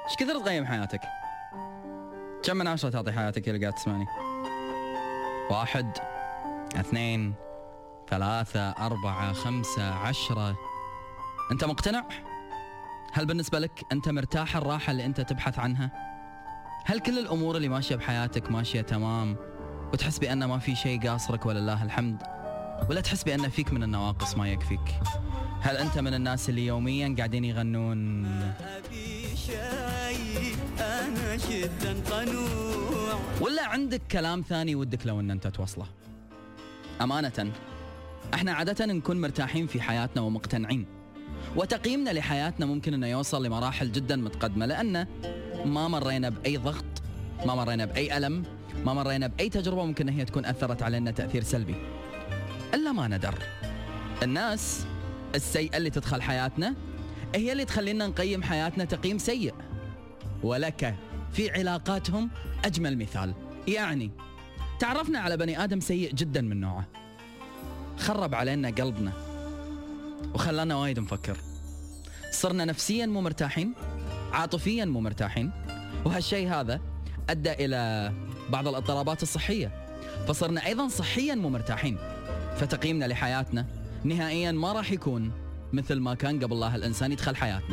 ايش كثر تقيم حياتك؟ كم من 10 تعطي حياتك اللي قاعد تسمعني؟ 1 2 3 4 5 10. أنت مقتنع؟ هل بالنسبة لك أنت مرتاح الراحة اللي أنت تبحث عنها؟ هل كل الأمور اللي ماشية بحياتك ماشية تمام وتحس بأن ما في شيء قاصرك ولله الحمد؟ ولا تحس بأن فيك من النواقص ما يكفيك؟ هل أنت من الناس اللي يوميا قاعدين يغنون أنا جدا قنوع، ولا عندك كلام ثاني ودك لو أن أنت توصله؟ أمانة احنا عادة نكون مرتاحين في حياتنا ومقتنعين، وتقييمنا لحياتنا ممكن انه يوصل لمراحل جدا متقدمة، لأن ما مرينا بأي ضغط، ما مرينا بأي ألم، ما مرينا بأي تجربة ممكن هي تكون أثرت علينا تأثير سلبي. إلا ما ندر الناس السيئة اللي تدخل حياتنا هي اللي تخلينا نقيم حياتنا تقييم سيء. ولك في علاقاتهم أجمل مثال، يعني تعرفنا على بني آدم سيء جدا من نوعه، خرب علينا قلبنا وخلانا وايد نفكر، صرنا نفسيا مو مرتاحين، عاطفيا مو مرتاحين، وهالشيء هذا أدى إلى بعض الاضطرابات الصحية، فصرنا أيضا صحيا مو مرتاحين، فتقييمنا لحياتنا نهائيا ما راح يكون مثل ما كان قبل الله الإنسان يدخل حياتنا.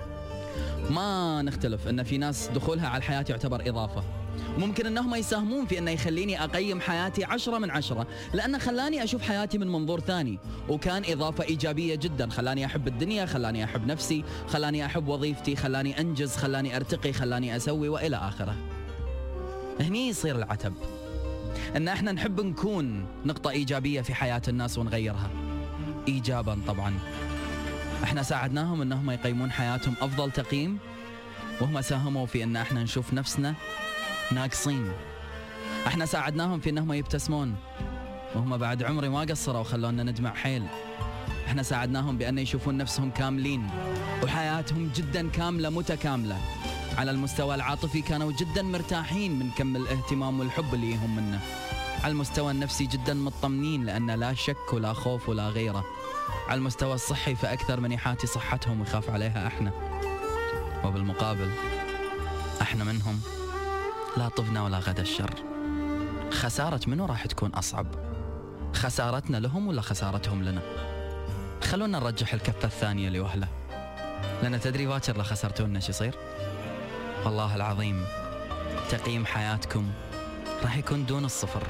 ما نختلف أن في ناس دخولها على الحياة يعتبر إضافة، ممكن أنهم يساهمون في أنه يخليني أقيم حياتي 10 من 10، لأنه خلاني أشوف حياتي من منظور ثاني، وكان إضافة إيجابية جدا، خلاني أحب الدنيا، خلاني أحب نفسي، خلاني أحب وظيفتي، خلاني أنجز، خلاني أرتقي، خلاني أسوي وإلى آخره. هني يصير العتب، أن احنا نحب نكون نقطة إيجابية في حياة الناس ونغيرها إيجابا. طبعا احنا ساعدناهم أنهم يقيمون حياتهم أفضل تقييم، وهم ساهموا في أن احنا نشوف نفسنا ناقصين. احنا ساعدناهم في انهم يبتسمون، وهم بعد عمري ما قصروا وخلونا ندمع حيل. احنا ساعدناهم بأن يشوفون نفسهم كاملين وحياتهم جدا كاملة متكاملة. على المستوى العاطفي كانوا جدا مرتاحين من كم الاهتمام والحب اللي يهم منه. على المستوى النفسي جدا مطمنين، لأن لا شك ولا خوف ولا غيره. على المستوى الصحي فأكثر من يحاتي صحتهم ويخاف عليها احنا، وبالمقابل احنا منهم لا طفنا ولا غدا الشر. خسارة منو راح تكون أصعب؟ خسارتنا لهم ولا خسارتهم لنا؟ خلونا نرجح الكفة الثانية لوهلة، لأن تدري باكر لو خسرتونا شو يصير؟ والله العظيم تقييم حياتكم راح يكون دون الصفر،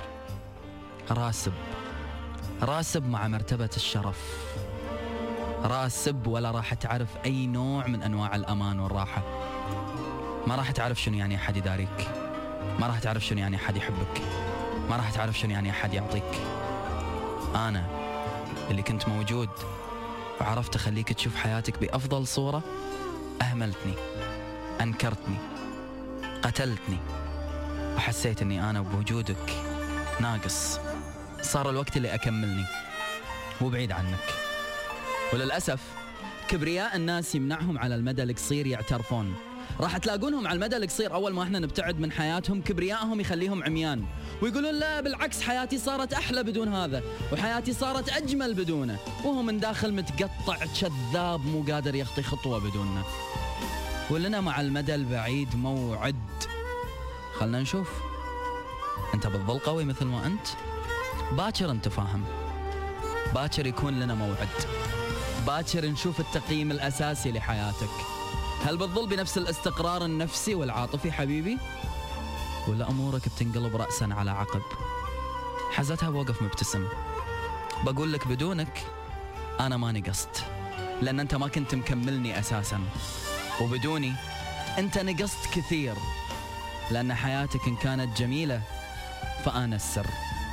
راسب مع مرتبة الشرف، راسب، ولا راح تعرف أي نوع من أنواع الأمان والراحة. ما راح تعرف شنو يعني أحد يداريك، ما راح تعرف شنو يعني أحد يحبك، ما راح تعرف شنو يعني أحد يعطيك. أنا اللي كنت موجود وعرفت أخليك تشوف حياتك بأفضل صورة، أهملتني، أنكرتني، قتلتني، وحسيت أني أنا بوجودك ناقص. صار الوقت اللي أكملني وبعيد عنك. وللأسف كبرياء الناس يمنعهم على المدى القصير يعترفون. راح تلاقونهم على المدى القصير أول ما احنا نبتعد من حياتهم كبريائهم يخليهم عميان، ويقولون لا بالعكس حياتي صارت أحلى بدون هذا، وحياتي صارت أجمل بدونه، وهو من داخل متقطع كذاب مو قادر يخطي خطوة بدوننا. ولنا مع المدى البعيد موعد. خلنا نشوف، أنت بتظل قوي مثل ما أنت؟ باكر أنت فاهم، باكر يكون لنا موعد، باكر نشوف التقييم الأساسي لحياتك. هل بتظل بنفس الاستقرار النفسي والعاطفي حبيبي؟ ولا أمورك بتنقلب رأسا على عقب؟ حزتها بوقف مبتسم. بقول لك بدونك أنا ما نقصت، لأن أنت ما كنت مكملني أساسا، وبدوني أنت نقصت كثير، لأن حياتك إن كانت جميلة فأنا السر.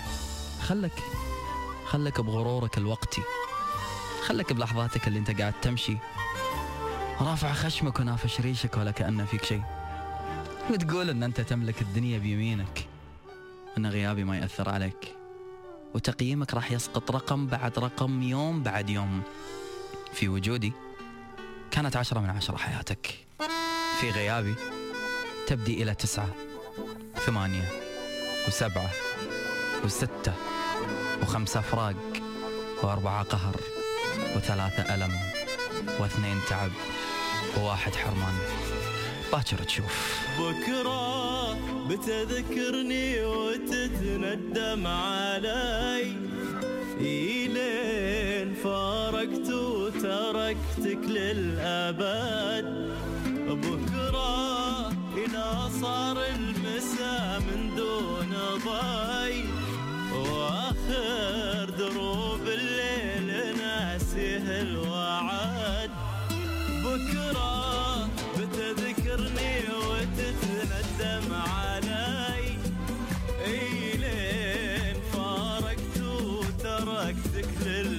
خلك بغرورك الوقتي، خلك بلحظاتك اللي أنت قاعد تمشي رافع خشمك ونافش ريشك ولا كأن فيك شيء، وتقول أن أنت تملك الدنيا بيمينك، وأن غيابي ما يأثر عليك، وتقييمك راح يسقط رقم بعد رقم، يوم بعد يوم. في وجودي كانت 10 من 10 حياتك، في غيابي تبدي إلى 9 8 و7 و6 و5 فراق و4 قهر و3 ألم و2 تعب و1 حرمان. باكر تشوف. بكرة بتذكرني وتتندم علي، إلين فارقت وتركتك للأبد. بكرة إذا صار المساء من دون ضي، وآخر دروب الليل ناسيه الوعد. بكرة بتذكرني وتتندم علي، إلين فارقت وتركتك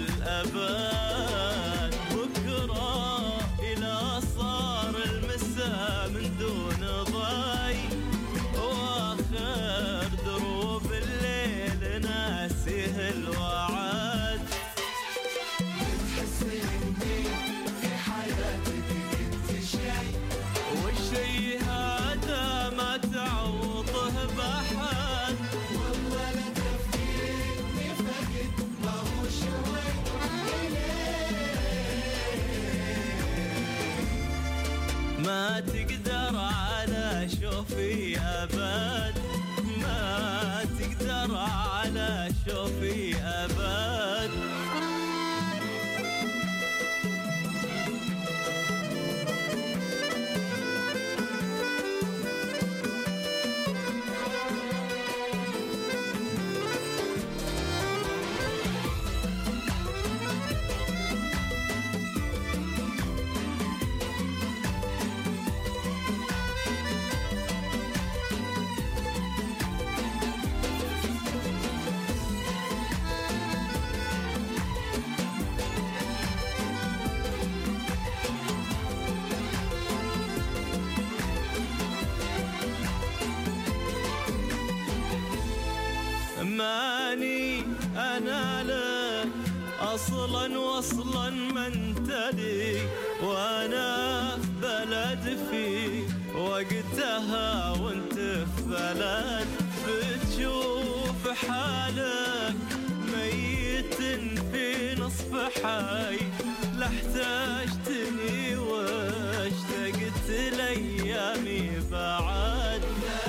للأبد. بكرة إلى صار المساء من دون ضي، وآخر دروب الليل ناسيه الوعد. بتحسني في حياتك كنت شيء، والشي هذا ما تعوضه بأحد. والله لا تفكيرني فقد ما هو شوي، ما تقدر على شوفي أبد، ما تقدر على شوفي أبد. ماني أنا لك أصلا وصلا من تلي، وأنا بلد في وقتها وانت في بلد. بتشوف حالك ميت في نصف حي، لاحتاجتني واشتقت لأيامي بعد.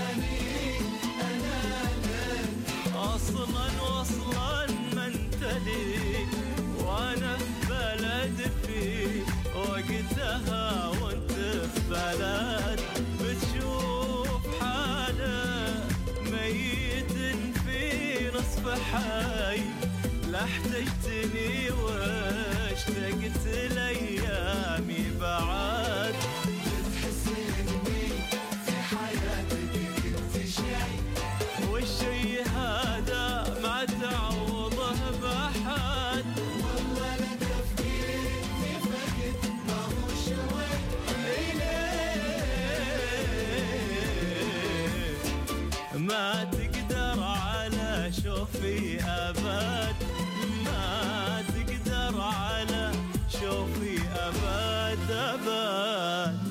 أصلاً وصلاً من تلي، وأنا بلد في وقتها وانت في بلد. بتشوف حالة ميت في نصف حي، لاحتجتني واشتقت لأيامي بعد. بتحسني في حياتك كنت شيء، والشي هذا ما تعوضه بأحد. والله لا تفكيرني فقد ما هو شوي، ما تقدر على شوفي أبد، ما تقدر على شوفي أبد أبد.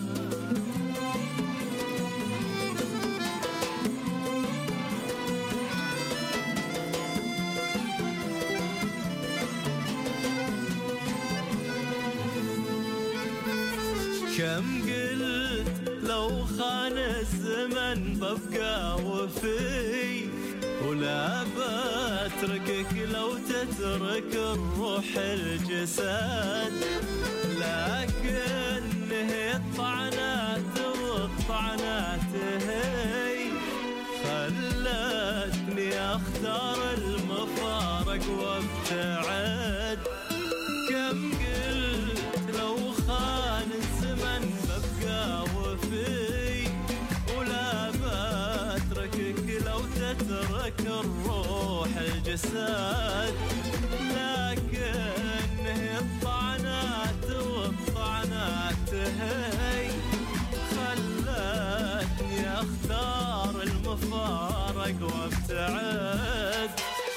كم قلت لو خان الزمن ببقى وفي، ولا بتركك لو تترك الروح الجسد. لكن هي الطعنات والطعنات هي خلتني اختار المفارق وابتعد. كم قلت لو خان الزمن ببقى وفي، ولا بتركك لو تترك الروح الجسد. لكن هي الطعنات والطعنات هي خلتني اختار المفارق وابتعد.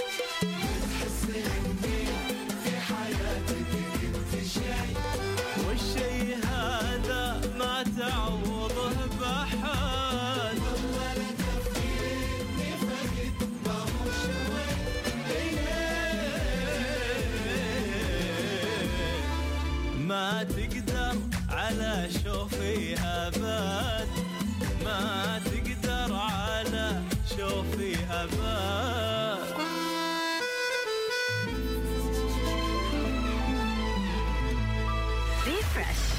بتحسني في حياتك كنت شيء، والشي هذا ما تعوضه بأحد. والله لا تفكيرني فقد ما هو شوي، الأبد. Refresh.